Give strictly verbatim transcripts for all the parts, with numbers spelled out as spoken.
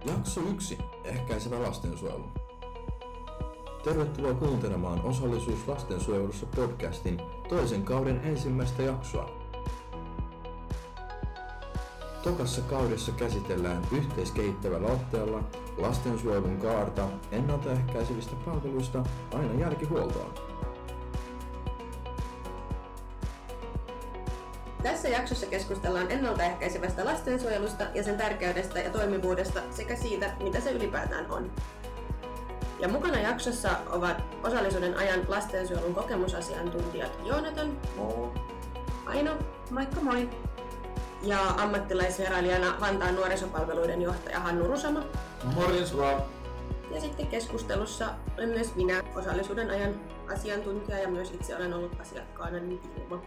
Jakso yksi. Ehkäisevä lastensuojelu. Tervetuloa kuuntelemaan Osallisuus lastensuojelussa podcastin toisen kauden ensimmäistä jaksoa. Tokassa kaudessa käsitellään yhteiskehittävällä otteella lastensuojelun kaarta ennaltaehkäisevistä palveluista aina jälkihuoltoon. Tässä jaksossa keskustellaan ennaltaehkäisevästä lastensuojelusta ja sen tärkeydestä ja toimivuudesta sekä siitä, mitä se ylipäätään on. Ja mukana jaksossa ovat osallisuuden ajan lastensuojelun kokemusasiantuntijat Joonatan, Moi. Aino, Moikka moi. ja ammattilaisvierailijana Vantaan nuorisopalveluiden johtaja Hannu Rusama. Morjens vaan. Ja sitten keskustelussa olen myös minä, osallisuuden ajan asiantuntija, ja myös itse olen ollut asiakkaana Ilma.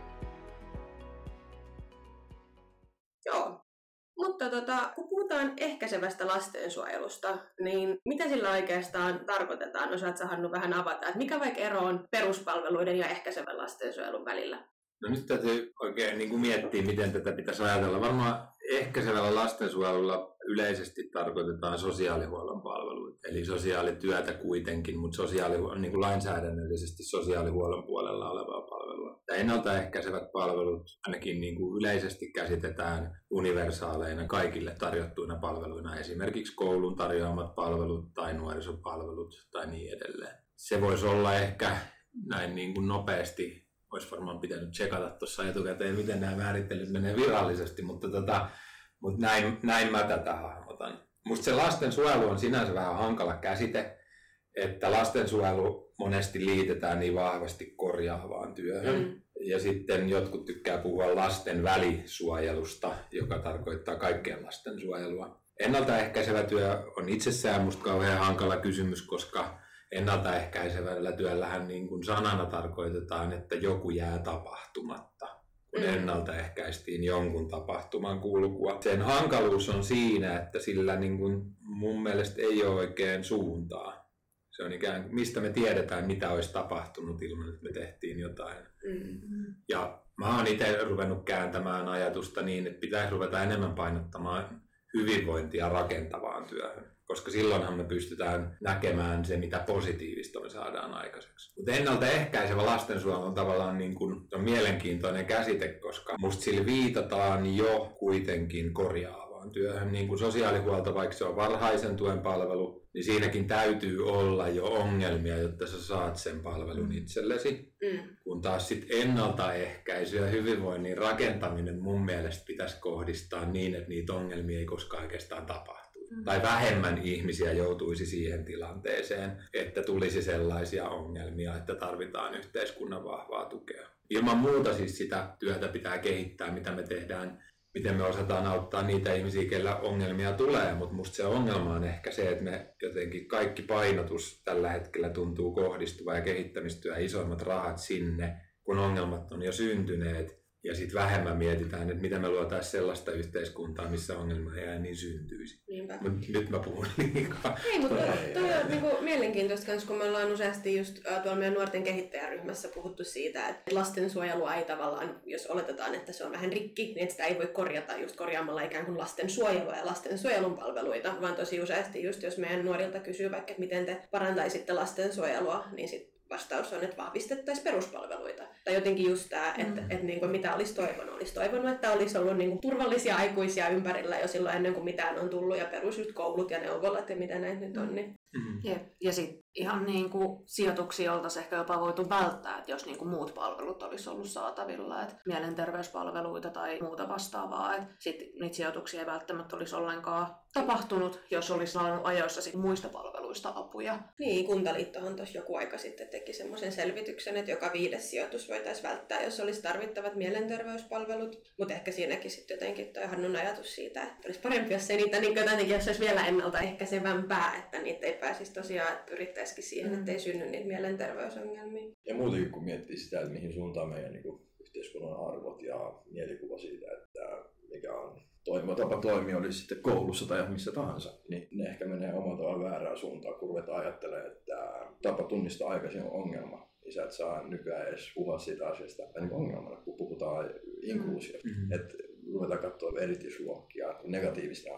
Joo. Mutta tota, kun puhutaan ehkäisevästä lastensuojelusta, niin mitä sillä oikeastaan tarkoitetaan? Osaatko Hannu vähän avata, että mikä vaikka ero on peruspalveluiden ja ehkäisevän lastensuojelun välillä? No nyt täytyy oikein niin kuin miettiä, miten tätä pitäisi ajatella. Varmaan ehkäisevällä lastensuojelulla yleisesti tarkoitetaan sosiaalihuollon palveluita, eli sosiaalityötä kuitenkin, mutta sosiaalihuollon, niin kuin lainsäädännöllisesti sosiaalihuollon puolella olevaa palvelua. Ja ennaltaehkäisevät palvelut ainakin niin kuin yleisesti käsitetään universaaleina kaikille tarjottuina palveluina, esimerkiksi koulun tarjoamat palvelut tai nuorisopalvelut tai niin edelleen. Se voisi olla ehkä näin niin kuin nopeasti. Olisi varmaan pitänyt tsekata tuossa etukäteen, miten nämä määrittelyt menee virallisesti, mutta, tota, mutta näin, näin mä tätä hahmotan. Musta se lastensuojelu on sinänsä vähän hankala käsite, että lastensuojelu monesti liitetään niin vahvasti korjaavaan työhön. Mm. Ja sitten jotkut tykkää puhua lasten välisuojelusta, joka tarkoittaa kaikkea lastensuojelua. Ennaltaehkäisevä työ on itsessään musta kauhean hankala kysymys, koska ennaltaehkäisevällä työllähän niin kuin sanana tarkoitetaan, että joku jää tapahtumatta, kun mm. ennaltaehkäistiin jonkun tapahtuman kulkua. Sen hankaluus on siinä, että sillä niin kuin mun mielestä ei ole oikein suuntaa. Se on ikään kuin, mistä me tiedetään, mitä olisi tapahtunut ilman, että me tehtiin jotain. Mm. Ja mä oon itse ruvennut kääntämään ajatusta niin, että pitäisi ruveta enemmän painottamaan hyvinvointia rakentavaan työhön. Koska silloinhan me pystytään näkemään se, mitä positiivista me saadaan aikaiseksi. Mutta ennaltaehkäisevä lastensuojelu on tavallaan niin kuin, on mielenkiintoinen käsite, koska musta sillä viitataan jo kuitenkin korjaavaan työhön. Niin kuin sosiaalihuolto, vaikka se on varhaisen tuen palvelu, niin siinäkin täytyy olla jo ongelmia, jotta sä saat sen palvelun itsellesi. Mm. Kun taas sit ennaltaehkäisy ja hyvinvoinnin rakentaminen mun mielestä pitäisi kohdistaa niin, että niitä ongelmia ei koskaan oikeastaan tapahdu. Mm. Tai vähemmän ihmisiä joutuisi siihen tilanteeseen, että tulisi sellaisia ongelmia, että tarvitaan yhteiskunnan vahvaa tukea. Ilman muuta siis sitä työtä pitää kehittää, mitä me tehdään, miten me osataan auttaa niitä ihmisiä, keillä ongelmia tulee, mutta musta se ongelma on ehkä se, että me jotenkin kaikki painotus tällä hetkellä tuntuu kohdistuva ja kehittämistyö isoimmat rahat sinne, kun ongelmat on jo syntyneet. Ja sitten vähemmän mietitään, että miten me luotaisiin sellaista yhteiskuntaa, missä ongelma ei niin syntyisi. Mut nyt mä puhun liikaa. Ei, mutta toi on niinku mielenkiintoista, kun me ollaan useasti just tuolla meidän nuorten kehittäjäryhmässä puhuttu siitä, että lastensuojelua ei tavallaan, jos oletetaan, että se on vähän rikki, niin että sitä ei voi korjata just korjaamalla ikään kuin lastensuojelua ja lastensuojelun palveluita, vaan tosi useasti just jos meidän nuorilta kysyy vaikka, että miten te parantaisitte lastensuojelua, niin sitten vastaus on, että vahvistettaisiin peruspalveluita. Tai jotenkin just tämä, että, mm. että niin kuin mitä olisi toivonut. Olisi toivonut, että olisi ollut niin kuin turvallisia aikuisia ympärillä jo silloin ennen kuin mitään on tullut. Ja perus just koulut ja neuvolat ja mitä näitä nyt on. Niin. Mm. Ja, ja sitten ihan niin kuin sijoituksia oltaisiin ehkä jopa voitu välttää, että jos niin kuin muut palvelut olisi ollut saatavilla. Että mielenterveyspalveluita tai muuta vastaavaa. Sitten niitä sijoituksia ei välttämättä olisi ollenkaan tapahtunut, jos olisi saanut ajoissa sit muista palveluista apuja. Niin, Kuntaliittohan tuossa joku aika sitten teki semmoisen selvityksen, että joka viides sijoitus voitaisiin välttää, jos olisi tarvittavat mielenterveyspalvelut. Mutta ehkä siinäkin sitten jotenkin toi Hannun ajatus siitä, että olisi parempi, jos se niitä niin jotenkin, jos olisi vielä ennaltaehkäisevämpää, että niitä ei pääsisi tosiaan, että pyrittäisikin siihen, mm. että ei synny niitä mielenterveysongelmia. Ja muutenkin kun miettii sitä, että mihin suuntaan meidän niin kuin yhteiskunnan arvot ja mielikuva siitä, että mikä on toimiva tapa toimia, oli sitten koulussa tai missä tahansa, niin ne ehkä menee omalla tavalla väärään suuntaan, kun ruvetaan ajattelemaan, että tapa tunnistaa aikaisin on ongelma. Niin sä et saa nykyään edes puhua siitä asiasta niin ongelmana, kun puhutaan inkluusiosta. Mm-hmm. Että ruvetaan katsoa erityisluokkia negatiivista asioita.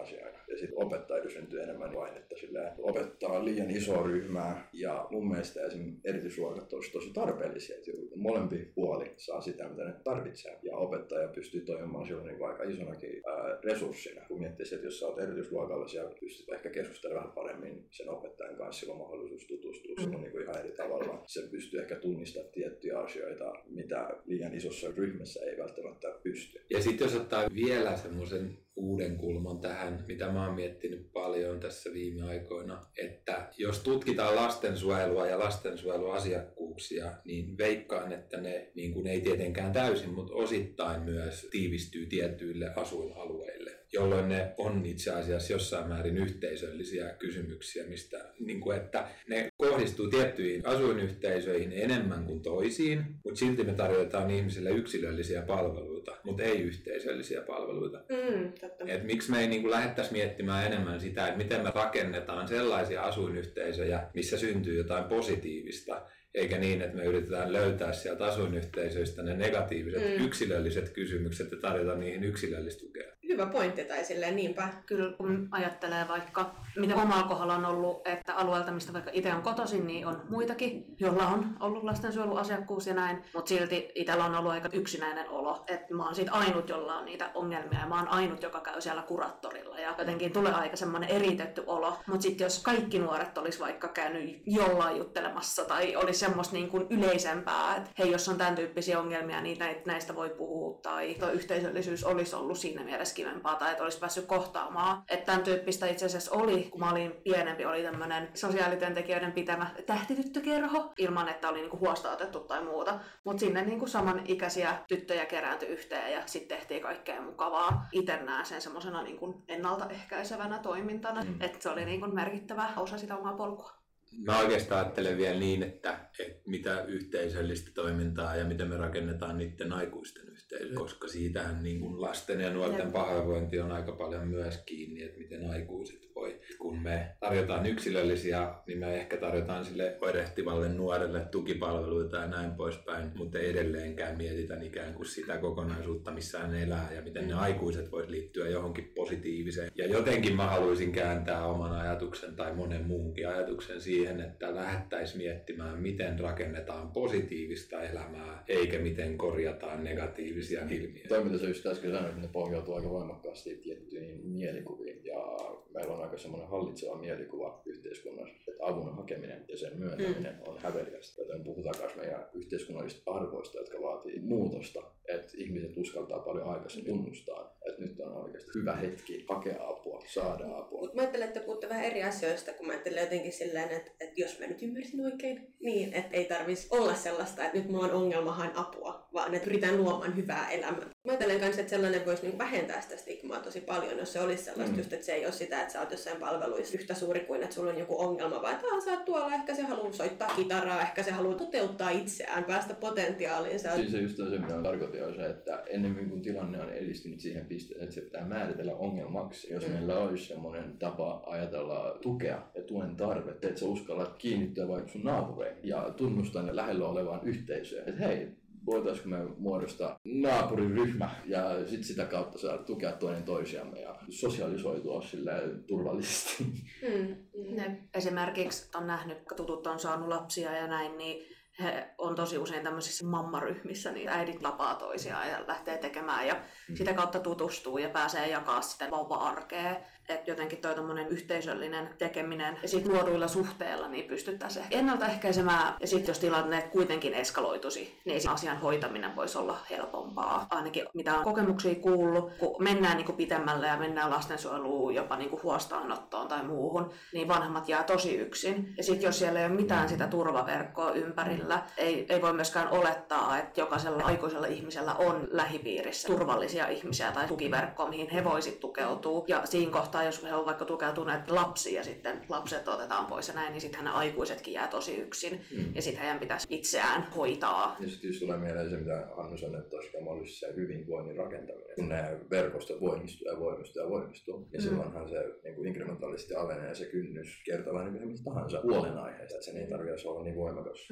Ja sitten opettajille syntyy enemmän painetta silleen, opettaa liian isoa ryhmää. Ja mun mielestä esimerkiksi erityisluokat olisi tosi tarpeellisia, että molempi puoli saa sitä, mitä ne tarvitsee. Ja opettaja pystyy toimimaan silloin niin aika isonakin ää, resurssina. Kun miettii, että jos sä oot erityisluokalla, siellä pystyt ehkä keskustelemaan vähän paremmin sen opettajan kanssa, sillä on mahdollisuus tutustua mm. silloin niin kuin ihan eri tavalla. Se pystyy ehkä tunnistamaan tiettyjä asioita, mitä liian isossa ryhmässä ei välttämättä pysty. Ja sitten jos ottaa vielä semmoisen uuden kulman tähän, mitä mä oon miettinyt paljon tässä viime aikoina, että jos tutkitaan lastensuojelua ja lastensuojeluasiakkuuksia, niin veikkaan, että ne niin kuin ei tietenkään täysin, mutta osittain myös tiivistyy tietyille asuinalueille, jolloin ne on itse asiassa jossain määrin yhteisöllisiä kysymyksiä, mistä, niin kuin, että ne kohdistuu tiettyihin asuinyhteisöihin enemmän kuin toisiin, mutta silti me tarjotaan ihmisille yksilöllisiä palveluita, mutta ei yhteisöllisiä palveluita. Mm, Et miksi me ei niin kuin lähdettäisi miettimään enemmän sitä, että miten me rakennetaan sellaisia asuinyhteisöjä, missä syntyy jotain positiivista, eikä niin, että me yritetään löytää sieltä asuinyhteisöistä ne negatiiviset mm. yksilölliset kysymykset ja tarjota niihin yksilöllistä tukea. Hyvä pointti tai silleen niinpä. Kyllä kun ajattelee vaikka, mitä omalla kohdalla on ollut, että alueelta, mistä vaikka itse on kotoisin, niin on muitakin, joilla on ollut lastensuojeluasiakkuus ja näin, mutta silti itsellä on ollut aika yksinäinen olo, että mä oon siitä ainut, jolla on niitä ongelmia ja mä oon ainut, joka käy siellä kuraattorilla ja jotenkin tulee aika semmoinen eritetty olo, mutta sitten jos kaikki nuoret olisi vaikka käynyt jollain juttelemassa tai olisi semmoista niin kuin yleisempää, että hei, jos on tämän tyyppisiä ongelmia, niin näistä voi puhua tai tuo yhteisöllisyys olisi ollut siinä mielessä kivempaa tai että olisi päässyt kohtaamaan. Että tämän tyyppistä itse asiassa oli, kun mä olin pienempi, oli tämmöinen sosiaalityöntekijöiden pitämä tähtityttökerho, ilman että oli niinku huostaanotettu tai muuta. Mutta sinne niinku samanikäisiä tyttöjä kerääntyi yhteen ja sitten tehtiin kaikkea mukavaa. Itse näen sen semmoisena niinku ennaltaehkäisevänä toimintana, mm. että se oli niinku merkittävä osa sitä omaa polkua. Mä oikeastaan ajattelen vielä niin, että, että mitä yhteisöllistä toimintaa ja miten me rakennetaan niiden aikuisten yhteisöä, koska siitähän niin kuin lasten ja nuorten Jep. pahoinvointi on aika paljon myös kiinni, että miten aikuiset voi. Kun me tarjotaan yksilöllisiä, niin me ehkä tarjotaan sille oirehtivalle nuorelle tukipalveluita ja näin poispäin, mutta ei edelleenkään mietitään ikään kuin sitä kokonaisuutta, missä hän elää ja miten ne aikuiset vois liittyä johonkin positiiviseen. Ja jotenkin mä haluaisin kääntää oman ajatuksen tai monen muunkin ajatuksen siihen, että lähdettäisiin miettimään, miten rakennetaan positiivista elämää, eikä miten korjataan negatiivisia ilmiöitä. Toi, mitä sä just äsken sanoit, ne pohjautuu aika voimakkaasti tiettyihin mielikuviin. Ja meillä on aika semmoinen hallitseva mielikuva yhteiskunnassa, että avun hakeminen ja sen myöntäminen mm. on häveliästä. Joten puhutaan myös meidän yhteiskunnallisista arvoista, jotka vaatii muutosta, että ihmiset uskaltaa paljon aikaisemmin tunnustaa, että nyt on oikeasti hyvä hetki hakea apua, saada apua. Mut mä ajattelen, että puhutte vähän eri asioista, kun mä ajattelen jotenkin silleen, että, että jos mä nyt ymmärsin oikein, niin että ei tarvitsisi olla sellaista, että nyt mulla on ongelma, haen apua, vaan että pyritään luomaan hyvää elämää. Mä ajattelen myös, että sellainen voisi niin vähentää sitä stigmaa tosi paljon, jos se olisi sellaista, mm. just, että se ei ole sitä, että sä oot jossain palveluissa yhtä suuri kuin, että sulla on joku ongelma, vaan että sä oot tuolla, ehkä se haluaa soittaa kitaraa, ehkä se haluaa toteuttaa itseään, päästä potentiaaliinsa. Siis se just on se, mitä on tarkoitin, on se, että ennen kuin tilanne on edistynyt siihen pisteeseen, että se pitää määritellä ongelmaksi. Jos mm. meillä olisi semmoinen tapa ajatella tukea ja tuen tarvetta, että sä uskallat kiinnittyä vaikka sun naapureihin ja tunnustaa ne lähellä olevaan yhteisöön, että hei, voitaisiinko me muodostaa naapuriryhmä ja sit sitä kautta saada tukea toinen toisiamme ja sosialisoitua silleen turvallisesti. Mm. Mm. Esimerkiksi on nähnyt, kun tutut on saanut lapsia ja näin, niin he on tosi usein tämmöisissä mammaryhmissä, niin äidit lapaa toisiaan ja lähtee tekemään ja mm. sitä kautta tutustuu ja pääsee jakaa sitä vauva-arkea. Että jotenkin toi tommonen yhteisöllinen tekeminen ja sitten luoduilla suhteilla niin pystyttäisiin ehkä ennaltaehkäisemään. Ja sitten jos tilanne kuitenkin eskaloituisi, niin asian hoitaminen voisi olla helpompaa. Ainakin mitä on kokemuksia kuullut, kun mennään niinku pitemmälle ja mennään lastensuojeluun, jopa niinku huostaanottoon tai muuhun, niin vanhemmat jää tosi yksin. Ja sitten jos siellä ei ole mitään sitä turvaverkkoa ympärillä, ei, ei voi myöskään olettaa, että jokaisella aikuisella ihmisellä on lähipiirissä turvallisia ihmisiä tai tukiverkkoa, mihin he voisivat tukeutua. Ja siinä kohtaa, jos he on vaikka tukeutuneet lapsiin ja sitten lapset otetaan pois ja näin, niin sitten ne aikuisetkin jää tosi yksin. Mm. Ja sitten heidän pitäisi itseään hoitaa. Ja sitten just tulee mieleen se, mitä Hannu sanoi, että tosiaan olisi se hyvinvoinnin rakentaminen. Kun ne verkostot voimistuu ja voimistuu ja voimistuu, niin mm. silloinhan se niin kuin inkrementaalisesti alenee se kynnys kertoa niin kuin mistä tahansa huolenaiheesta. Että sen ei tarvitse olla niin voimakas mm. huolenaihe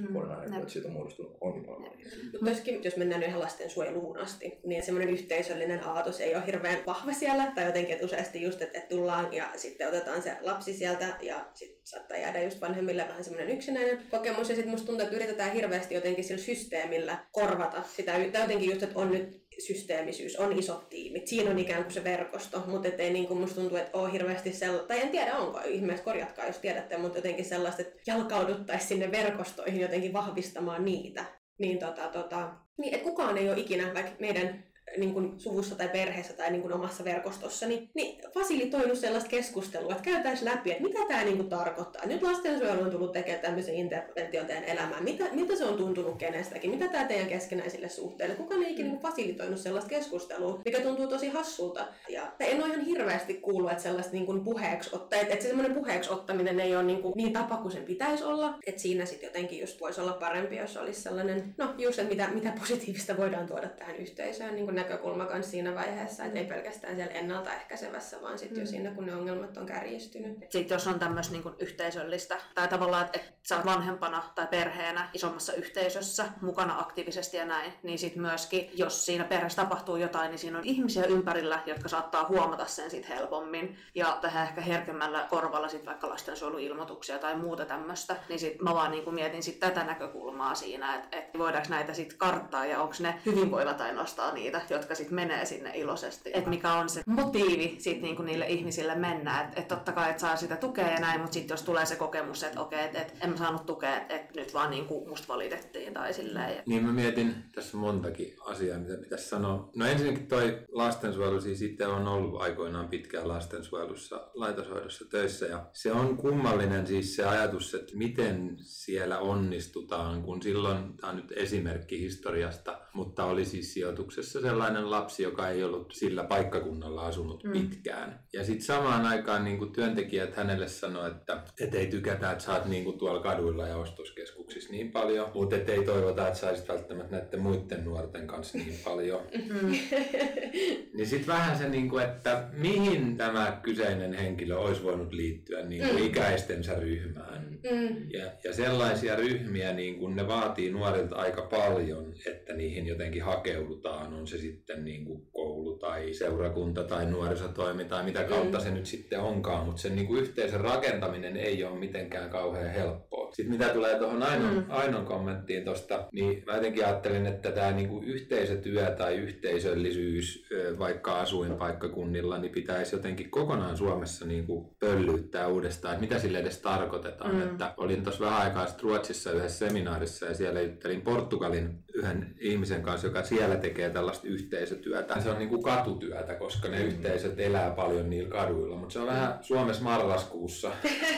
että siitä on muodostunut ongelma. Mutta jos mennään ihan lastensuojeluun asti, niin semmoinen yhteisöllinen aatos ei ole hirveän vahva siellä. Tai jotenkin, että useasti just, että tullaan ja sitten otetaan se lapsi sieltä ja sitten saattaa jäädä just vanhemmille vähän semmoinen yksinäinen kokemus. Ja sitten musta tuntuu, että yritetään hirveästi jotenkin sillä systeemillä korvata sitä. Tai jotenkin just, että on nyt systeemisyys, on isot tiimit. Siinä on ikään kuin se verkosto, mutta ei niin kuin musta tuntuu, että ole hirveästi sellaista, tai en tiedä onko, ihmeessä korjatkaa jos tiedätte, mutta jotenkin sellaista, että jalkauduttaisiin sinne verkostoihin jotenkin vahvistamaan niitä. Niin, tota, tota, niin että kukaan ei ole ikinä, vaikka meidän niin kuin suvussa tai perheessä tai niin kuin omassa verkostossa, niin, niin fasilitoinut sellaista keskustelua, että käytäisiin läpi, että mitä tämä niin kuin tarkoittaa. Nyt lastensuojelu on tullut tekemään tämmöisen intervention teidän elämään. Mitä, mitä se on tuntunut kenestäkin? Mitä tämä teidän keskenäisille suhteille? Kukaan ei ikinä niin kuin fasilitoinut sellaista keskustelua, mikä tuntuu tosi hassulta. Ja en ole ihan hirveästi kuullut, että sellaista niin kuin puheeksi ottaa, että, että se semmoinen puheeksi ottaminen ei ole niin, kuin niin tapa kuin sen pitäisi olla. Että siinä sitten jotenkin just voisi olla parempi, jos olisi sellainen, no just, että mitä, mitä positiivista voidaan tuoda tähän yhteisöön. Niin kuin näkökulma kanssa siinä vaiheessa, että ei pelkästään siellä ennaltaehkäisevässä, vaan sitten mm. jo siinä, kun ne ongelmat on kärjistynyt. Sitten jos on tämmöistä niin kuin yhteisöllistä, tai tavallaan, että sä oot vanhempana tai perheenä isommassa yhteisössä mukana aktiivisesti ja näin, niin sitten myöskin, jos siinä perheessä tapahtuu jotain, niin siinä on ihmisiä ympärillä, jotka saattaa huomata sen sitten helpommin, ja tähän ehkä herkemmällä korvalla sitten vaikka lastensuojeluilmoituksia tai muuta tämmöistä, niin sitten mä vaan niin kuin mietin sit tätä näkökulmaa siinä, että, että voidaanko näitä sitten karttaa, ja onko ne hyvinvoivat ainoastaan niitä, jotka sitten menee sinne iloisesti. Että mikä on se motiivi sitten niinku niille ihmisille mennä. Että et totta kai et saa sitä tukea ja näin, mutta sitten jos tulee se kokemus, että okei, että et en mä saanut tukea, että et nyt vaan niinku musta valitettiin tai silleen. Niin mä mietin tässä montakin asiaa, mitä pitäisi sanoa. No ensinnäkin toi lastensuojelu, siis itse on ollut aikoinaan pitkään lastensuojelussa, laitoshoidossa töissä. Ja se on kummallinen siis se ajatus, että miten siellä onnistutaan, kun silloin, tämä on nyt esimerkki historiasta, mutta oli siis sijoituksessa sellainen lapsi, joka ei ollut sillä paikkakunnalla asunut mm. pitkään. Ja sitten samaan aikaan niin kuin työntekijät hänelle sanoi, että et ei tykätä, että sä oot niin kuin tuolla kaduilla ja ostoskeskuksissa niin paljon, mutta et ei toivota, että sä olisit välttämättä näiden muiden nuorten kanssa niin paljon. Mm. Niin sitten vähän se, niin kuin, että mihin tämä kyseinen henkilö olisi voinut liittyä niin kuin mm. ikäistensä ryhmään. Mm. Ja, ja sellaisia ryhmiä, niin kuin ne vaatii nuorilta aika paljon, että niihin jotenkin hakeudutaan, on se sitten niin kuin koulu tai seurakunta tai nuorisotoimi tai mitä kautta mm. se nyt sitten onkaan, mutta sen niin kuin yhteisön rakentaminen ei ole mitenkään kauhean helppoa. Sitten mitä tulee tuohon Ainon, mm. Ainon kommenttiin tuosta, niin mä jotenkin ajattelin, että tämä niin kuin yhteisötyö tai yhteisöllisyys vaikka asuinpaikkakunnilla, niin pitäisi jotenkin kokonaan Suomessa niin kuin pöllyyttää uudestaan, että mitä sille edes tarkoitetaan. Mm. Että olin tuossa vähän aikaa Ruotsissa yhdessä seminaarissa ja siellä juttelin Portugalin yhden ihmisen kanssa, joka siellä tekee tällaista yhteisötyötä. Se on niin kuin katutyötä, koska ne mm. yhteisöt elää paljon niillä kaduilla, mutta se on vähän Suomessa marraskuussa.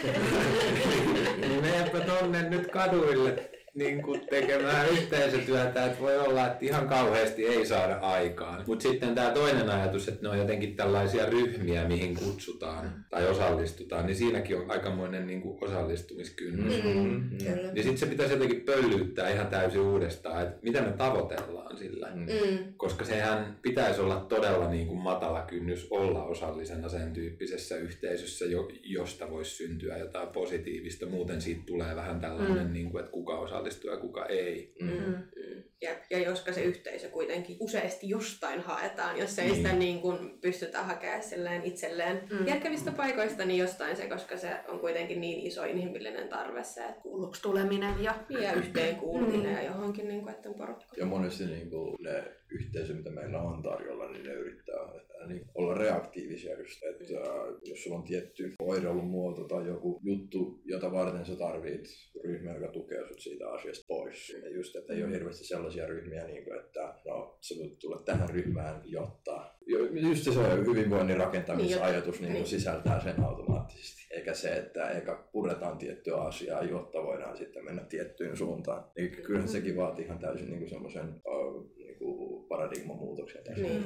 Niin meidänpä tonne nyt kaduille niin kuin tekemään yhteisötyötä, että voi olla, että ihan kauheasti ei saada aikaan. Mutta sitten tämä toinen ajatus, että ne on jotenkin tällaisia ryhmiä, mihin kutsutaan tai osallistutaan, niin siinäkin on aikamoinen niin kuin osallistumiskynnys. Mm, mm. Ja sitten se pitäisi jotenkin pöllyyttää ihan täysin uudestaan, että mitä me tavoitellaan sillä. Mm. Koska sehän pitäisi olla todella niin kuin matala kynnys olla osallisena sen tyyppisessä yhteisössä, josta voisi syntyä jotain positiivista. Muuten siitä tulee vähän tällainen, mm. niin kuin, että kuka osallistuu ja kuka ei. Mm. Mm. Ja, ja joska se yhteisö kuitenkin useasti jostain haetaan, jos ei mm. sitä niin kuin pystytä hakemaan itselleen mm. järkevistä paikoista, niin jostain se, koska se on kuitenkin niin iso inhimillinen tarve se, että kuulluksi tuleminen ja, ja yhteenkuuluminen mm. ja johonkin, niin kuin, että on porukka. Ja monesti niin kuin ne yhteisö, mitä meillä on tarjolla, niin ne yrittää niin olla reaktiivisia just, että mm. jos sulla on tietty oire ollut muoto tai joku juttu, jota varten sä tarvit ryhmä, joka tukee sut siitä asiasta pois. Ja just, että ei ole hirveästi sellaisia ryhmiä, niin kuin, että no, sä voit tulla tähän ryhmään, jotta just se hyvinvoinnin rakentamisajatus niin, niin sisältää sen automaattisesti. Eikä se, että eikä puretaan tiettyä asiaa, jotta voidaan sitten mennä tiettyyn suuntaan. Niin kyllähän sekin vaatii ihan täysin niin semmoisen uh, niin paradigman muutoksen. Niin.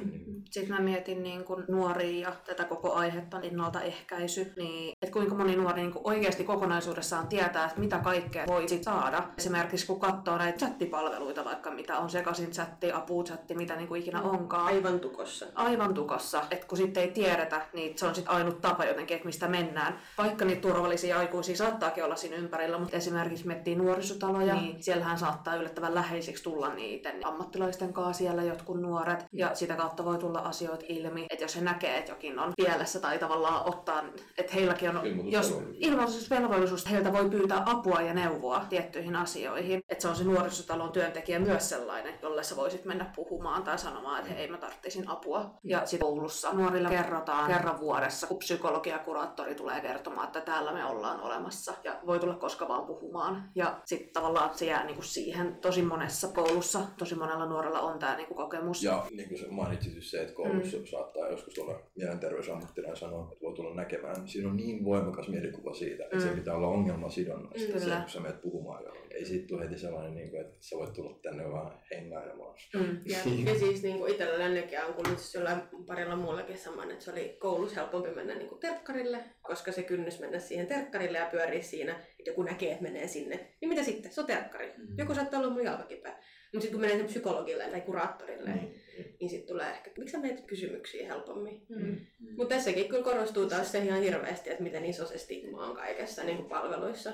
Sitten mä mietin niin kun nuoria ja tätä koko aihetta ennaltaehkäisy, niin että kuinka moni nuori niin kun oikeasti kokonaisuudessaan tietää, että mitä kaikkea voi sit saada. Esimerkiksi kun katsoo näitä chattipalveluita, vaikka mitä on sekaisin chatti, apuchatti, mitä niin kuin ikinä onkaan. Aivan tukossa. Aivan tukossa. Että kun sitten ei tiedetä, niin se on sitten ainut tapa jotenkin, että mistä mennään. Vaikka niitä turvallisia aikuisia saattaakin olla siinä ympärillä, mutta esimerkiksi miettii nuorisotaloja, niin siellähän saattaa yllättävän läheisiksi tulla niiden ammattilaisten kanssa siellä jotkut nuoret. Ja sitä kautta voi tulla asioita ilmi, että jos he näkee, että jokin on pielessä tai tavallaan ottaa, että heilläkin on, jos ilmoitusvelvollisuus, heiltä voi pyytää apua ja neuvoa tiettyihin asioihin. Että se on se nuorisotalon työntekijä myös sellainen, jolle sä voisit mennä puhumaan tai sanomaan, että hei, mä tarvitsin apua. Ja sitten koulussa nuorille kerrotaan kerran vuodessa, kun psykologi ja kuraattori tulee kertomaan, että täällä me ollaan olemassa ja voi tulla koska vaan puhumaan. Ja sitten tavallaan se jää niinku siihen tosi monessa koulussa, tosi monella nuorella on tämä niinku kokemus. Ja niin kuin mainitsit se, että koulussa mm. saattaa joskus tulla mielenterveysammattilainen sanoa, että voi tulla näkemään, niin siinä on niin voimakas mielikuva siitä, että mm. se pitää olla ongelmasidonnaista. Mm, se, kun sä menet puhumaan johonkin. Ei siitä tule heti sellainen, että sä voit tulla tänne vaan hengailemaan. Mm. Ja, ja siis niin itsellä Lännekin on kuullut jollain parilla muullakin saman, että se oli koulussa helpompi mennä niin kuin terkkarille, koska se kynnys mennä siihen terkkarille ja pyörii siinä, että joku näkee, että menee sinne. Niin mitä sitten? Se on terkkari. Mm. Joku saattaa olla mun jalkakipeä. Mutta sitten kun menee sen psykologille tai kuraattorille, mm. niin sitten tulee ehkä, miksi sä menet kysymyksiä helpommin. Mm. Mm. Mutta tässäkin kyllä korostuu taas se ihan hirveästi, että miten iso se stigma on kaikessa niin kuin palveluissa.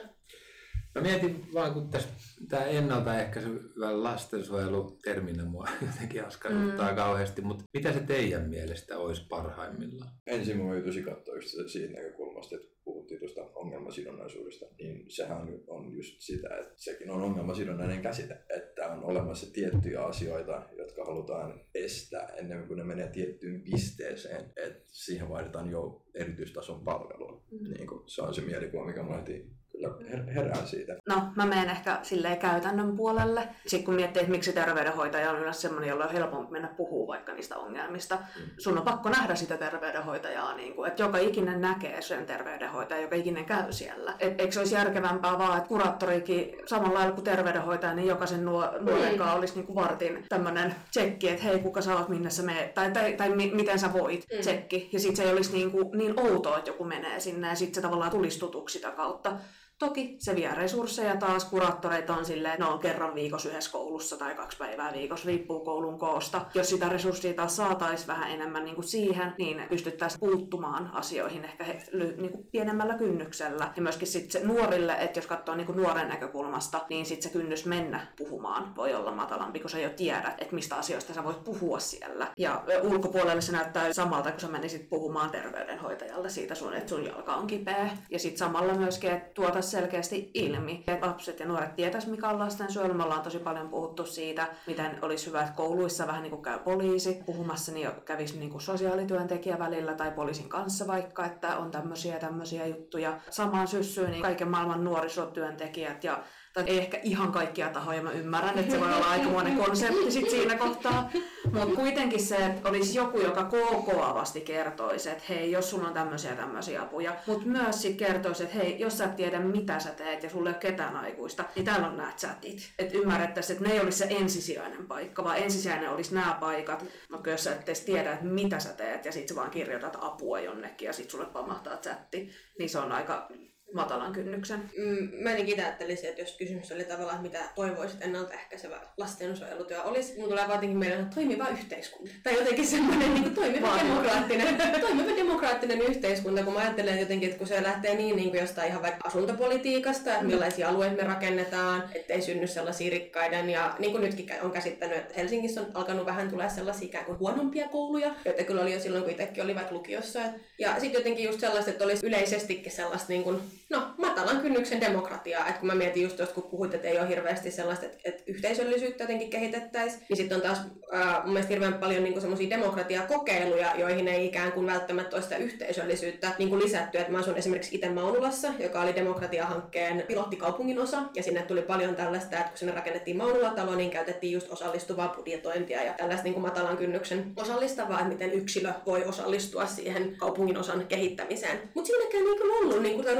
Mä mietin vaan, kun tämä ennaltaehkäisyvä lastensuojelu terminä mua jotenkin askarruttaa mm. kauheasti, mutta mitä se teidän mielestä olisi parhaimmillaan? Ensin mun täytyisi katsoa just siitä näkökulmasta, että puhuttiin tuosta ongelmasidonnaisuudesta, niin sehän on just sitä, että sekin on ongelmasidonnainen käsite, että on olemassa tiettyjä asioita, jotka halutaan estää ennen kuin ne menee tiettyyn pisteeseen, että siihen vaaditaan jo erityistason palvelua. Mm. Niin kun se on se mielikuva, mikä mä heti kyllä herään siitä. No, mä menen ehkä silleen käytännön puolelle. Sitten kun miettii, että miksi terveydenhoitaja on yleensä semmoinen, jolla on helpompi mennä puhua vaikka niistä ongelmista. Mm. Sun on pakko nähdä sitä terveydenhoitajaa, niin kuin, että joka ikinen näkee sen terveydenhoitajan, joka ikinen käy siellä. Et, eikö se olisi järkevämpää vaan, että kuraattorikin samalla lailla kuin terveydenhoitaja, niin jokaisen nuoren kanssa olisi niin kuin vartin tämmöinen tsekki, että hei, kuka sä oot, minne sä meet, tai, tai, tai mi, miten sä voit, mm. tsekki. Ja sitten se ei olisi niin, kuin, niin outoa, että joku menee sinne ja sitten se tavallaan tulisi tutuksi sitä kautta. Toki se vie resursseja taas, kuraattoreita on silleen, että ne on kerran viikossa yhdessä koulussa tai kaksi päivää viikossa, riippuu koulun koosta. Jos sitä resurssia taas saataisiin vähän enemmän niin kuin siihen, niin pystyttäisiin puuttumaan asioihin ehkä he, niin kuin pienemmällä kynnyksellä. Ja myöskin sit se nuorille, että jos katsoo niin kuin nuoren näkökulmasta, niin sit se kynnys mennä puhumaan voi olla matalampi, kun sä jo tiedät, että mistä asioista sä voit puhua siellä. Ja ulkopuolelle se näyttää samalta, kun sä menisit puhumaan terveydenhoitajalle siitä, sun, että sun jalka on kipeä. Ja sit samalla myöskin, että tuota selkeästi ilmi. Että lapset ja nuoret tietäisi, mikä on lastensuojelu. Me ollaan tosi paljon puhuttu siitä, miten olisi hyvä, että kouluissa vähän niin kuin käy poliisi puhumassa, niin kävisi niin kuin sosiaalityöntekijä välillä tai poliisin kanssa vaikka, että on tämmöisiä tämmöisiä juttuja. Samaan syssyyn niin kaiken maailman nuorisotyöntekijät ja tai ei ehkä ihan kaikkia tahoja, mä ymmärrän, että se voi olla aikamoinen konsepti sit siinä kohtaa. Mutta kuitenkin se, että olisi joku, joka kokoavasti kertoisi, että hei, jos sulla on tämmöisiä tämmöisiä apuja. Mutta myös sit kertoisi, että hei, jos sä et tiedä mitä sä teet ja sulla ei ole ketään aikuista, niin täällä on nämä chatit. Että ymmärrettäisiin, että ne ei olisi se ensisijainen paikka, vaan ensisijainen olisi nämä paikat. Mutta jos sä et edes tiedä, että mitä sä teet ja sit sä vaan kirjoitat apua jonnekin ja sit sulle pamahtaa chatti, niin se on aika matalan kynnyksen. Mm, mä ainakin itse ajattelisin, että jos kysymys oli tavallaan, mitä toivoisit ennaltaehkäisevä lastensuojelutyö olisi, mun tulee jotenkin meillä toimiva yhteiskunta. Tai jotenkin semmoinen niin toimiva, demokraattinen, toimiva demokraattinen yhteiskunta, kun mä ajattelen jotenkin, että kun se lähtee niin, niin kuin jostain ihan vaikka asuntopolitiikasta, että millaisia alueita me rakennetaan, ettei synny sellaisia rikkaiden. Ja niin kuin nytkin on käsittänyt, että Helsingissä on alkanut vähän tulee sellaisia ikään kuin huonompia kouluja, joita kyllä oli jo silloin, kun itsekin oli vaikka lukiossa. Ja sitten jotenkin just sellaista, että olisi yleisestikin sellaista niin kuin no, matalan kynnyksen demokratiaa. Et kun mä mietin just tuosta, kun puhuit, että ei ole hirveästi sellaista, että, että yhteisöllisyyttä jotenkin kehitettäisiin, niin sitten on taas ää, mun mielestä hirveän paljon niin semmoisia demokratiakokeiluja, joihin ei ikään kuin välttämättä ole sitä yhteisöllisyyttä niin kuin lisätty. Et mä asun esimerkiksi itse Maunulassa, joka oli demokratiahankkeen pilottikaupungin osa, ja sinne tuli paljon tällaista, että kun sinne rakennettiin Maunulatalo, niin käytettiin just osallistuvaa budjetointia ja tällaista niin kuin matalan kynnyksen osallistavaa, että miten yksilö voi osallistua siihen kaupungin osan kehittämiseen. Mutta siinäkään ei kyllä ollut, niin kuin rupesin tuossa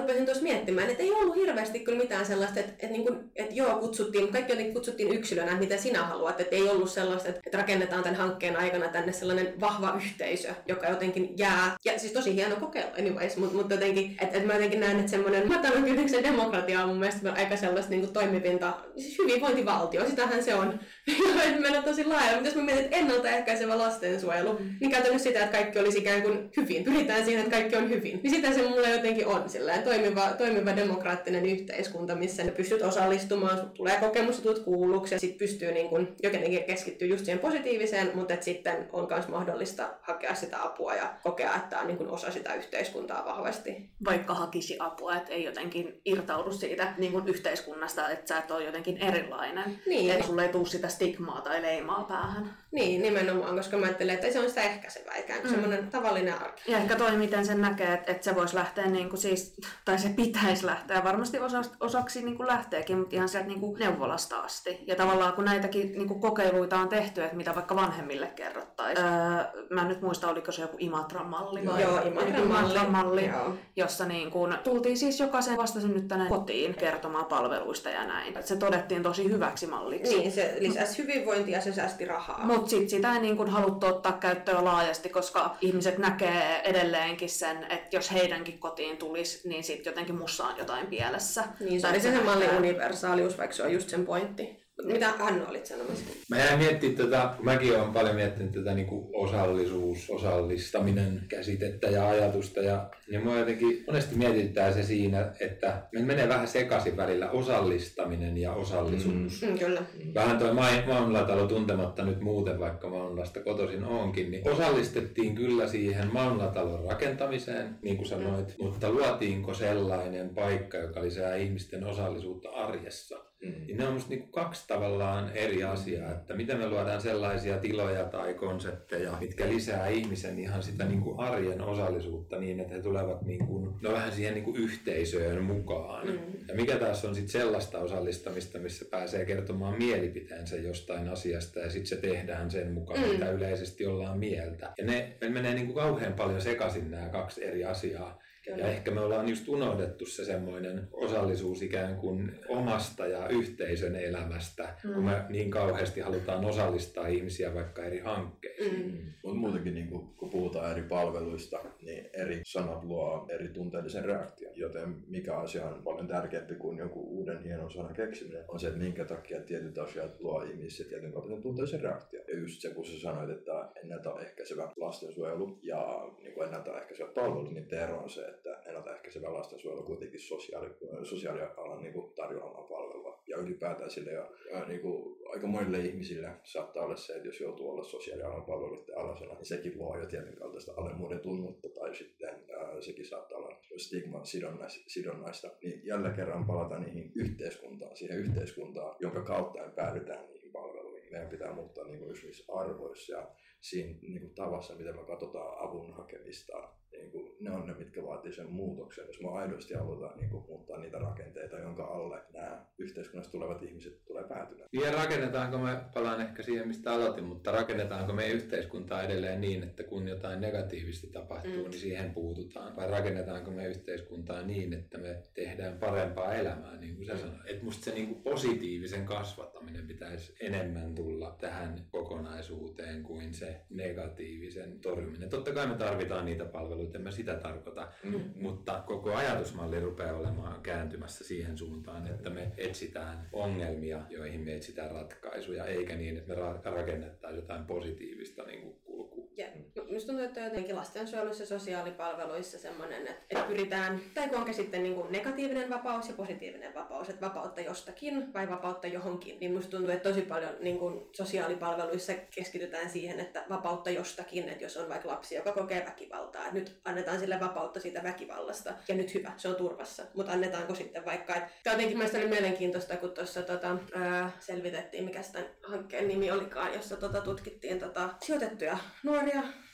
rupesi miettimään, että ei ollut hirveästi kyllä mitään sellaista, että, että, niin kuin, että joo, kutsuttiin, mutta kaikki jotenkin kutsuttiin yksilönä, että mitä sinä haluat, että ei ollut sellaista, että rakennetaan tämän hankkeen aikana tänne sellainen vahva yhteisö, joka jotenkin jää, ja siis tosi hieno kokeilu anyways, mutta, mutta jotenkin, että, että mä jotenkin näen, että semmoinen matalan kynnyksen demokratia on mun mielestä aika sellaista niin kuin toimivinta, siis hyvinvointivaltio, sitähän se on, mennä tosi laajalle, mutta jos mä mietin, että ennaltaehkäisevä lastensuojelu, niin käytännössä sitä, että kaikki olisi ikään kuin hyvin, pyritään siihen, että kaikki on hyvin, niin sitä se mulle jotenkin on, silleen toimiva, toimiva demokraattinen yhteiskunta, missä ne pystyt osallistumaan, tulee kokemus, tulet kuulluksi ja sitten pystyy niin kuin, jotenkin keskittyä just siihen positiiviseen, mutta että sitten on myös mahdollista hakea sitä apua ja kokea, että on niin kuin osa sitä yhteiskuntaa vahvasti. Vaikka hakisi apua, että ei jotenkin irtaudu siitä niin kuin yhteiskunnasta, että sä et ole jotenkin erilainen, niin. Että sulle ei tule sitä stigmaa tai leimaa päähän. Niin, nimenomaan, koska mä ajattelen, että se on sitä ehkäisevää, ikään kuin mm. semmoinen tavallinen arki. Ja ehkä toi, miten sen näkee, että, että se voisi lähteä, niin kuin siis, tai se pitäisi lähteä, varmasti osa, osaksi niin kuin lähteekin, mutta ihan sieltä niin kuin neuvolasta asti. Ja tavallaan kun näitäkin niin kuin kokeiluita on tehty, että mitä vaikka vanhemmille kerrottaisiin. Öö, mä en nyt muista, oliko se joku Imatran malli vai? Joo, Imatran malli, malli jossa niin kuin tultiin siis jokaisen vastasynnyttäneen kotiin kertomaan palveluista ja näin. Et se todettiin tosi hyväksi malliksi. Niin, se lisäsi hyvinvointia ja se säästi rahaa. Mutta sitten sitä ei niin kuin haluttu ottaa käyttöön laajasti, koska ihmiset näkee edelleenkin sen, että jos heidänkin kotiin tulisi, niin sitten jotenkin mussa on jotain pielessä. Niin, se oli se mallin universaalius, vaikka se on just sen pointti. Mitä Hannu olit sanomassa? Mä jäin miettimään tätä, mäkin olen paljon miettinyt tätä niin kuin osallisuus, osallistaminen, käsitettä ja ajatusta. Ja, ja mua jotenkin monesti mietityttää se siinä, että me menee vähän sekaisin välillä osallistaminen ja osallisuus. Mm, kyllä. Vähän tuo Maunulatalo tuntematta nyt muuten, vaikka Maunulasta kotoisin onkin, niin osallistettiin kyllä siihen Maunulatalon rakentamiseen, niin kuin sanoit, mm. mutta luotiinko sellainen paikka, joka lisää ihmisten osallisuutta arjessa? Mm. Ne on musta niinku kaksi tavallaan eri asiaa, että miten me luodaan sellaisia tiloja tai konsepteja, mitkä lisää ihmisen ihan sitä niinku arjen osallisuutta niin, että he tulevat niinku, no vähän siihen niinku yhteisöön mukaan. Mm. Ja mikä taas on sitten sellaista osallistamista, missä pääsee kertomaan mielipiteensä jostain asiasta ja sitten se tehdään sen mukaan, mm. mitä yleisesti ollaan mieltä. Ja ne, ne menee niinku kauhean paljon sekaisin nämä kaksi eri asiaa. Ja ehkä me ollaan just unohdettu se semmoinen osallisuus ikään kuin omasta ja yhteisön elämästä, mm. kun me niin kauheasti halutaan osallistaa ihmisiä vaikka eri hankkeisiin. Mm. Mutta muutenkin niin kun, kun puhutaan eri palveluista, niin eri sanat luo eri tunteellisen reaktion. Joten mikä asia on paljon tärkeämpi kuin joku uuden hienon sanan keksiminen, on se, että minkä takia tietyt asiat luo ihmisiä tietyn kaltaisen tunteellisen reaktion. Ja just se, kun sä sanoit, että ennaltaehkäisevä lastensuojelu ja niin kuin ennaltaehkäisevät palvelut, niin ero on se, että ennaltaehkäisevä lastensuojelu kuitenkin sosiaali, sosiaalialan niin kuin tarjoamaan palvelua. Ja ylipäätään sille ja, ja niin kuin aika monille ihmisille saattaa olla se, että jos joutuu olla sosiaalialan palveluiden alasena, niin sekin luo jo tietyn kaltaista alemmuuden tunnetta tai sitten ää, sekin saattaa olla stigma sidonnaista. Niin jälleen kerran palata niihin yhteiskuntaan, siihen yhteiskuntaan, jonka kautta me päädytään niihin palveluihin. Meidän pitää muuttaa niin kuin arvoissa ja siinä niin kuin tavassa, miten me katsotaan avun hakemista. Niin kuin, ne on ne, mitkä vaatii sen muutoksen. Jos me aidosti halutaan niin kuin, muuttaa niitä rakenteita, jonka alle nämä yhteiskunnasta tulevat ihmiset tulee päätymään. Ja rakennetaanko me, palaan ehkä siihen mistä aloitin, mutta rakennetaanko me yhteiskuntaa edelleen niin, että kun jotain negatiivista tapahtuu, mm. niin siihen puututaan? Vai rakennetaanko me yhteiskuntaa niin, että me tehdään parempaa elämää, niin kuin sä sanoit? Että musta se niin kuin positiivisen kasvattaminen pitäisi enemmän tulla tähän kokonaisuuteen kuin se negatiivisen torjuminen. Totta kai me tarvitaan niitä palveluita, en mä sitä tarkoita, mm. mutta koko ajatusmalli rupeaa olemaan kääntymässä siihen suuntaan, että me etsitään ongelmia, joihin me etsitään ratkaisuja, eikä niin, että me rakennettaisiin jotain positiivista niin kuin kulkua. Ja minusta tuntuu, että jotenkin lastensuojelussa ja sosiaalipalveluissa semmoinen, että, että pyritään, tai kun onko sitten niin kuin negatiivinen vapaus ja positiivinen vapaus, että vapautta jostakin vai vapautta johonkin, niin minusta tuntuu, että tosi paljon niin kuin sosiaalipalveluissa keskitytään siihen, että vapautta jostakin, että jos on vaikka lapsi, joka kokee väkivaltaa, että nyt annetaan sille vapautta siitä väkivallasta, ja nyt hyvä, se on turvassa, mutta annetaanko sitten vaikka, että tämä jotenkin mielestäni oli mielenkiintoista, kun tuossa tota, ää, selvitettiin, mikä tämän hankkeen nimi olikaan, jossa tota, tutkittiin tota, sijoitettuja nuoria,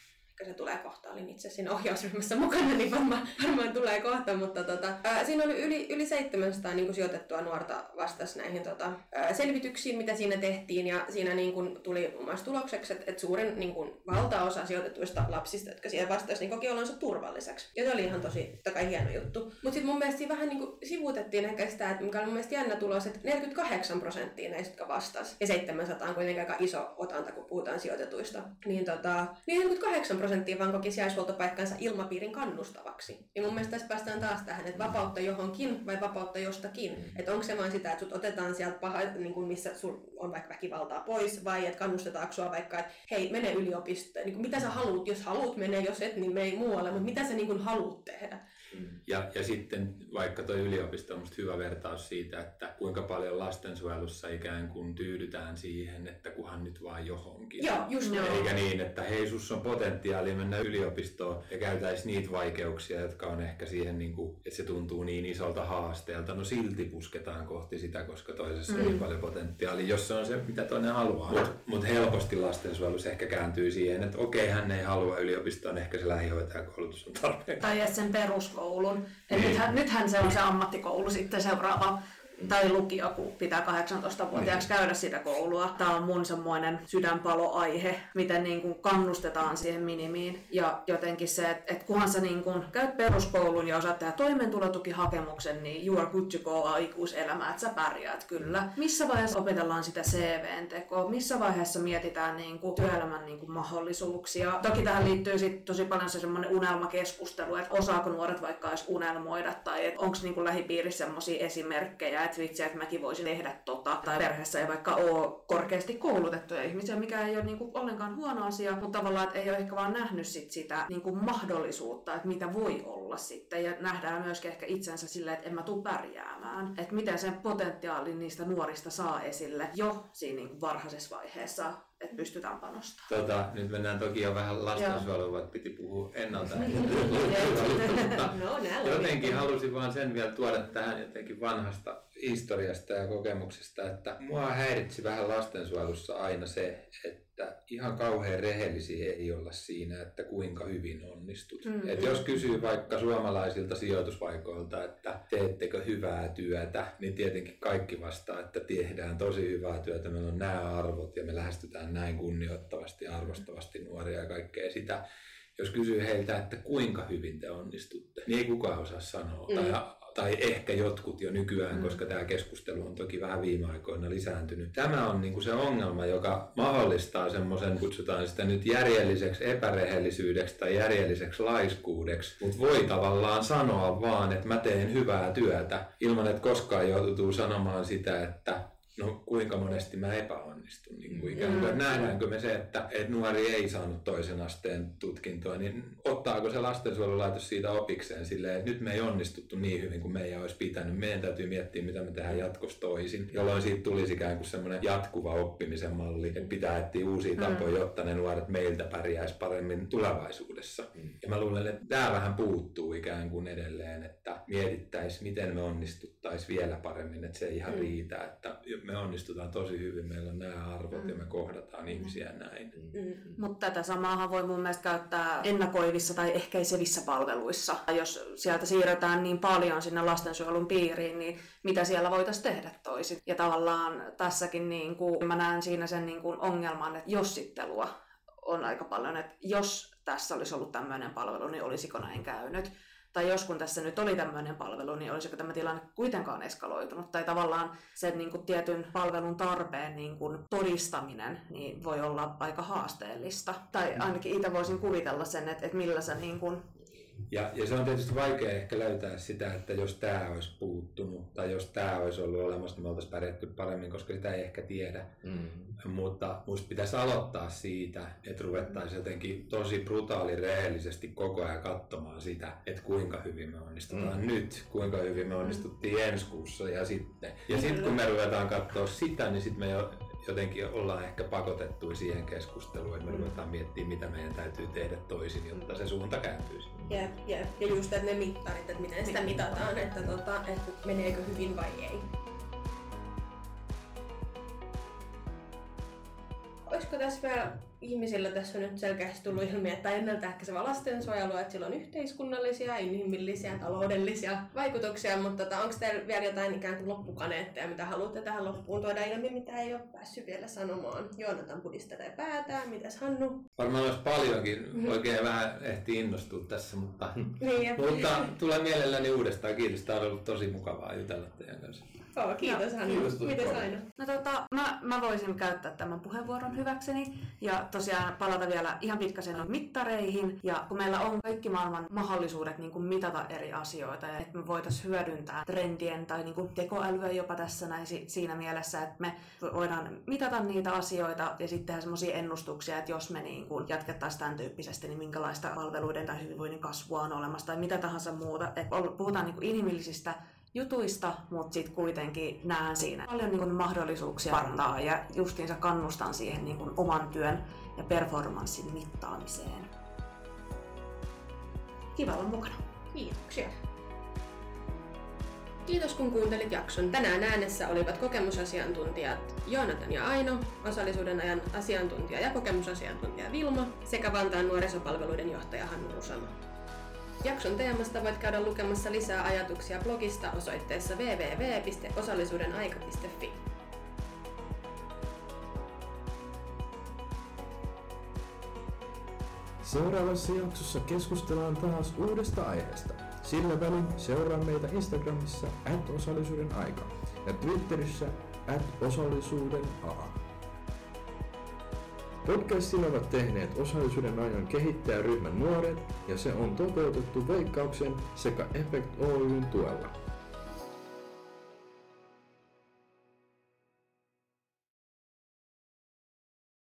se tulee kohta, olin itse siinä ohjausryhmässä mukana, niin varmaan, varmaan tulee kohta, mutta tota, ää, siinä oli yli, yli seitsemänsataa niin kuin sijoitettua nuorta vastasi näihin tota, ää, selvityksiin, mitä siinä tehtiin, ja siinä niin kuin tuli muun muassa tulokseksi, että, että suurin niin kuin valtaosa sijoitetuista lapsista, jotka siihen vastasi, niin koki olonsa turvalliseksi. Ja se oli ihan tosi takai hieno juttu. Mutta sitten mun mielestä siinä vähän niin kuin sivuutettiin ehkä sitä, että mikä oli mun mielestä jännä tulos, että neljäkymmentäkahdeksan prosenttia näistä, jotka vastasi, ja seitsemänsataa on kuitenkin aika iso otanta, kun puhutaan sijoitetuista, niin, tota, niin neljäkymmentäkahdeksan prosenttia vaan koki sijaishuoltopaikkansa ilmapiirin kannustavaksi. Ja mun mielestä tässä päästään taas tähän, että vapautta johonkin vai vapautta jostakin. Että onko se vain sitä, että sut otetaan sieltä paha, niin kuin missä sul on vaikka väkivaltaa pois, vai että kannustetaanko sua vaikka, että hei, mene yliopistoon, niin mitä sä haluut, jos haluut mene, jos et, niin mene muualle, mutta mitä sä niin kuin haluut tehdä. Ja, ja sitten vaikka tuo yliopisto on musta hyvä vertaus siitä, että kuinka paljon lastensuojelussa ikään kuin tyydytään siihen, että kunhan nyt vaan johonkin. Joo, just Eikä joo. niin, että hei, sus on potentiaalia mennä yliopistoon ja käytäisi niitä vaikeuksia, jotka on ehkä siihen, niin kuin, että se tuntuu niin isolta haasteelta. No silti pusketaan kohti sitä, koska toisessa mm. on niin paljon potentiaalia, jos se on se, mitä toinen haluaa. Mutta mut helposti lastensuojelussa ehkä kääntyy siihen, että okei, hän ei halua yliopistoon, ehkä se lähihoitajakoulutus on tarpeen. Tai edes sen peruskoulun. Niin. Nythän, nythän se on se ammattikoulu sitten seuraava. Tai lukio, kun pitää kahdeksantoistavuotiaaksi käydä sitä koulua. Tämä on mun semmoinen sydänpaloaihe, miten niin kuin kannustetaan siihen minimiin. Ja jotenkin se, että et kunhan sä niin kuin käyt peruskoulun ja osaat tehdä toimeentulotukihakemuksen, niin you are good to go aikuiselämään, että sä pärjäät kyllä. Missä vaiheessa opetellaan sitä C V-tekoa? Missä vaiheessa mietitään niin kuin työelämän niin kuin mahdollisuuksia? Toki tähän liittyy sit tosi paljon se semmoinen unelmakeskustelu, että osaako nuoret vaikka edes unelmoida, tai onko niin kuin lähipiirissä semmoisia esimerkkejä, että vitsi, että mäkin voisin tehdä tota. Tai perheessä ei vaikka ole korkeasti koulutettuja ihmisiä, mikä ei ole niinku ollenkaan huono asia, mutta tavallaan, että ei ole ehkä vaan nähnyt sit sitä niinku mahdollisuutta, että mitä voi olla sitten. Ja nähdään myöskin ehkä itsensä silleen, että en mä tule pärjäämään. Että miten sen potentiaalin niistä nuorista saa esille jo siinä niinku varhaisessa vaiheessa, että pystytään panostamaan. Tota, nyt mennään toki jo vähän lastensuojeluun, vaikka piti puhua ennalta. no, jotenkin halusin vaan sen vielä tuoda tähän jotenkin vanhasta historiasta ja kokemuksesta, että mua häiritsi vähän lastensuojelussa aina se, että ihan kauhean rehellisiä ei olla siinä, että kuinka hyvin onnistut. Mm-hmm. Et jos kysyy vaikka suomalaisilta sijoituspaikoilta, että teettekö hyvää työtä, niin tietenkin kaikki vastaa, että tehdään tosi hyvää työtä, meillä on nämä arvot ja me lähestytään näin kunnioittavasti ja arvostavasti nuoria ja kaikkea sitä. Jos kysyy heiltä, että kuinka hyvin te onnistutte, niin ei kukaan osaa sanoa. Mm. Tai, tai ehkä jotkut jo nykyään, mm. koska tämä keskustelu on toki vähän viime aikoina lisääntynyt. Tämä on niinku se ongelma, joka mahdollistaa semmoisen, kutsutaan sitä nyt järjelliseksi epärehellisyydeksi tai järjelliseksi laiskuudeksi, mutta voi tavallaan sanoa vaan, että mä teen hyvää työtä, ilman että koskaan joutuu sanomaan sitä, että no kuinka monesti mä epäonnistun. Niin kuin ikään kuin, nähdäänkö me se, että, että nuori ei saanut toisen asteen tutkintoa, niin ottaako se lastensuojelulaitos siitä opikseen silleen, että nyt me ei onnistuttu niin hyvin kuin meidän olisi pitänyt. Meidän täytyy miettiä, mitä me tehdään jatkossa toisin, jolloin siitä tulisi ikään kuin semmoinen jatkuva oppimisen malli, että pitää etsiä uusia tapoja, jotta ne nuoret meiltä pärjäisi paremmin tulevaisuudessa. Mm. Ja mä luulen, että tämä vähän puuttuu ikään kuin edelleen, että mietittäisiin, miten me onnistuttaisiin vielä paremmin, että se ei ihan mm. riitä, että me onnistutaan tosi hyvin, meillä on nämä arvot mm. ja me kohdataan mm. ihmisiä näin. Mm. Mutta tätä samaahan voi mun mielestä käyttää ennakoivissa tai ehkäisevissä palveluissa. Jos sieltä siirretään niin paljon sinne lastensuojelun piiriin, niin mitä siellä voitaisiin tehdä toisin? Ja tavallaan tässäkin niin kuin, mä näen siinä sen niin kuin ongelman, että jossittelua on aika paljon, että jos tässä olisi ollut tämmöinen palvelu, niin olisiko näin käynyt? Tai jos kun tässä nyt oli tämmöinen palvelu, niin olisiko tämä tilanne kuitenkaan eskaloitunut? Tai tavallaan sen niin kuin tietyn palvelun tarpeen niin kuin todistaminen niin voi olla aika haasteellista. Tai ainakin itse voisin kuvitella sen, että, että millä se... Niin kuin... Ja, ja se on tietysti vaikea ehkä löytää sitä, että jos tämä olisi puuttunut tai jos tämä olisi ollut olemassa, niin me oltaisiin pärjätty paremmin, koska sitä ei ehkä tiedä. Mm. Mutta musta pitäisi aloittaa siitä, että ruvettaisiin jotenkin tosi brutaali rehellisesti koko ajan katsomaan sitä, että kuinka hyvin me onnistutaan mm. nyt, kuinka hyvin me onnistuttiin ensi kuussa ja sitten. Ja sitten kun me ruvetaan katsoa sitä, niin sitten me jo jotenkin ollaan ehkä pakotettu siihen keskusteluun, että me ruvetaan miettimään, mitä meidän täytyy tehdä toisin, jotta se suunta kääntyisi. Jep, jep. Ja just että ne mittarit, että miten sitä mitataan, että, tota, että meneekö hyvin vai ei. Olisiko tässä vielä ihmisillä tässä on nyt selkeästi tullut ilmi, että ennaltaehkäisevä lastensuojelu, että sillä on yhteiskunnallisia, inhimillisiä, taloudellisia vaikutuksia, mutta tota, onko teillä vielä jotain ikään kuin loppukaneetteja, mitä haluatte tähän loppuun tuoda ilmi, mitä ei ole päässyt vielä sanomaan? Joonatan pudistelee päätään, mitäs Hannu? Varmaan olisi paljonkin, mm-hmm. oikein vähän ehti innostua tässä, mutta, niin, mutta tulee mielelläni uudestaan. Kiitos, tämä on ollut tosi mukavaa jutella teidän kanssa. Oh, kiitos Hannu. Kiitos, Mites Aino? No tota, mä, mä voisin käyttää tämän puheenvuoron hyväkseni ja tosiaan palata vielä ihan pikkasen mittareihin. Ja kun meillä on kaikki maailman mahdollisuudet niin kuin mitata eri asioita ja että me voitaisiin hyödyntää trendien tai niin kuin tekoälyä jopa tässä näin siinä mielessä, että me voidaan mitata niitä asioita ja sitten tehdä semmoisia ennustuksia, että jos me niin kuin jatkettaisiin tämän tyyppisesti, niin minkälaista palveluiden tai hyvinvoinnin kasvua on olemassa tai mitä tahansa muuta. Et puhutaan niin kuin inhimillisistä jutuista, mutta sitten kuitenkin näen siinä paljon niin kuin mahdollisuuksia parantaa ja justiinsa kannustan siihen niin kuin oman työn ja performanssin mittaamiseen. Kiva olla mukana. Kiitoksia. Kiitos kun kuuntelit jakson. Tänään äänessä olivat kokemusasiantuntijat Joonatan ja Aino, osallisuuden ajan asiantuntija ja kokemusasiantuntija Vilma sekä Vantaan nuorisopalveluiden johtaja Hannu Rusama. Jakson teemasta voit käydä lukemassa lisää ajatuksia blogista osoitteessa double-u double-u double-u piste osallisuudenaika piste fi. Seuraavassa jaksossa keskustellaan taas uudesta aiheesta. Sillä välin seuraa meitä Instagramissa at osallisuuden aika ja Twitterissä at osallisuuden a. Podcastin ovat tehneet osallisuuden ajan kehittäjäryhmän nuoret ja se on toteutettu Veikkauksen sekä Effect Oyn tuella.